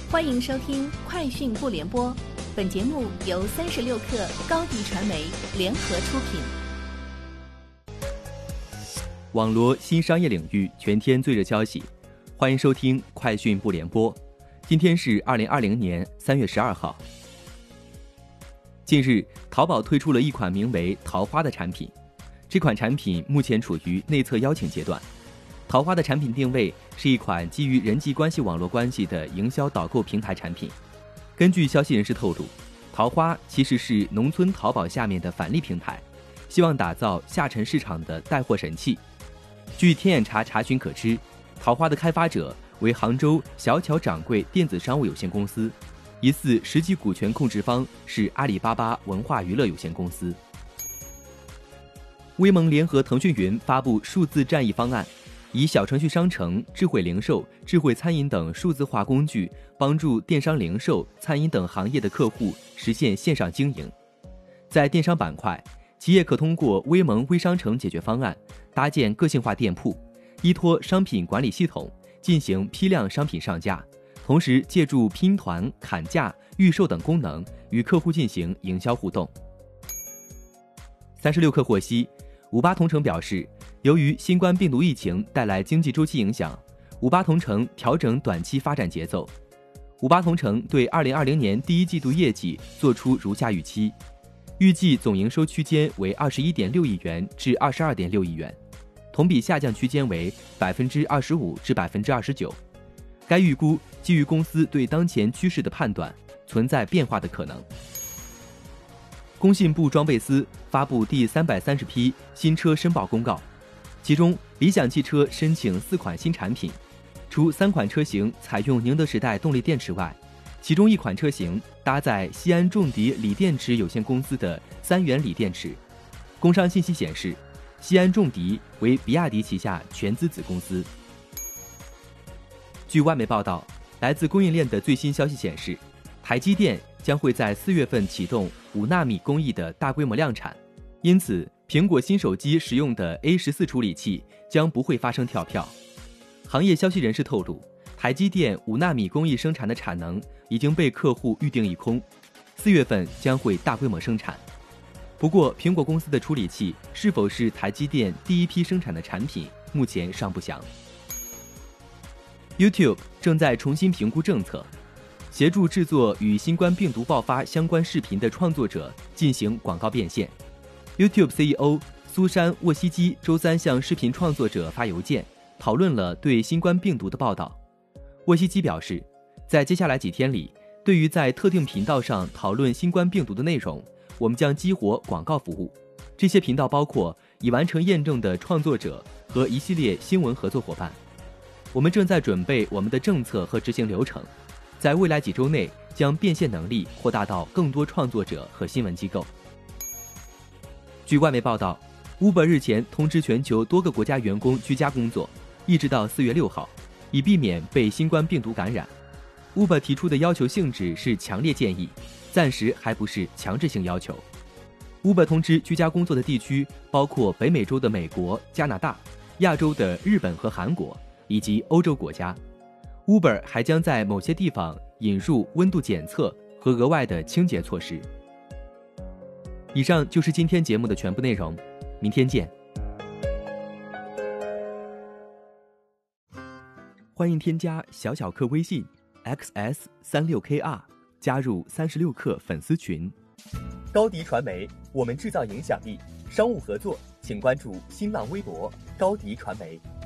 欢迎收听快讯不联播，本节目由36克高迪传媒联合出品。 网罗新商业领域全天最热消息，欢迎收听快讯不联播。今天是2020年3月12号。近日，淘宝推出了一款名为桃花的产品，这款产品目前处于内测邀请阶段。桃花的产品定位是一款基于人际关系网络关系的营销导购平台产品。根据消息人士透露，桃花其实是农村淘宝下面的返利平台，希望打造下沉市场的带货神器。据天眼查查询可知，桃花的开发者为杭州小巧掌柜电子商务有限公司，疑似实际股权控制方是阿里巴巴文化娱乐有限公司。微盟联合腾讯云发布数字战役方案，以小程序商城、智慧零售、智慧餐饮等数字化工具，帮助电商零售、餐饮等行业的客户实现线上经营。在电商板块，企业可通过微盟微商城解决方案，搭建个性化店铺，依托商品管理系统进行批量商品上架，同时借助拼团、砍价、预售等功能与客户进行营销互动。36克获悉，58同城表示，由于新冠病毒疫情带来经济周期影响，58同城调整短期发展节奏。58同城对2020年第一季度业绩做出如下预期，预计总营收区间为21.6亿元至22.6亿元，同比下降区间为25%至29%。该预估基于公司对当前趋势的判断，存在变化的可能。工信部装备司发布第330批新车申报公告，其中理想汽车申请4款新产品，除3款车型采用宁德时代动力电池外，其中1款车型搭载西安重迪锂电池有限公司的3元锂电池。工商信息显示，西安重迪为比亚迪旗下全资子公司。据外媒报道，来自供应链的最新消息显示，台积电将会在4月份启动5纳米工艺的大规模量产，因此苹果新手机使用的 A14 处理器将不会发生跳票。行业消息人士透露，台积电5纳米工艺生产的产能已经被客户预定一空，4月份将会大规模生产。不过，苹果公司的处理器是否是台积电第一批生产的产品，目前尚不详。YouTube 正在重新评估政策，协助制作与新冠病毒爆发相关视频的创作者进行广告变现。YouTube CEO 苏珊·沃西基周三向视频创作者发邮件，讨论了对新冠病毒的报道。沃西基表示，在接下来几天里，对于在特定频道上讨论新冠病毒的内容，我们将激活广告服务。这些频道包括已完成验证的创作者和一系列新闻合作伙伴。我们正在准备我们的政策和执行流程，在未来几周内将变现能力扩大到更多创作者和新闻机构。据外媒报道， Uber 日前通知全球多个国家员工居家工作，一直到4月6号，以避免被新冠病毒感染。 Uber 提出的要求性质是强烈建议，暂时还不是强制性要求。 Uber 通知居家工作的地区包括北美洲的美国、加拿大，亚洲的日本和韩国，以及欧洲国家。 Uber 还将在某些地方引入温度检测和额外的清洁措施。以上就是今天节目的全部内容，明天见。欢迎添加小小客微信 xs36kr 加入36克粉丝群。高迪传媒，我们制造影响力。商务合作请关注新浪微博高迪传媒。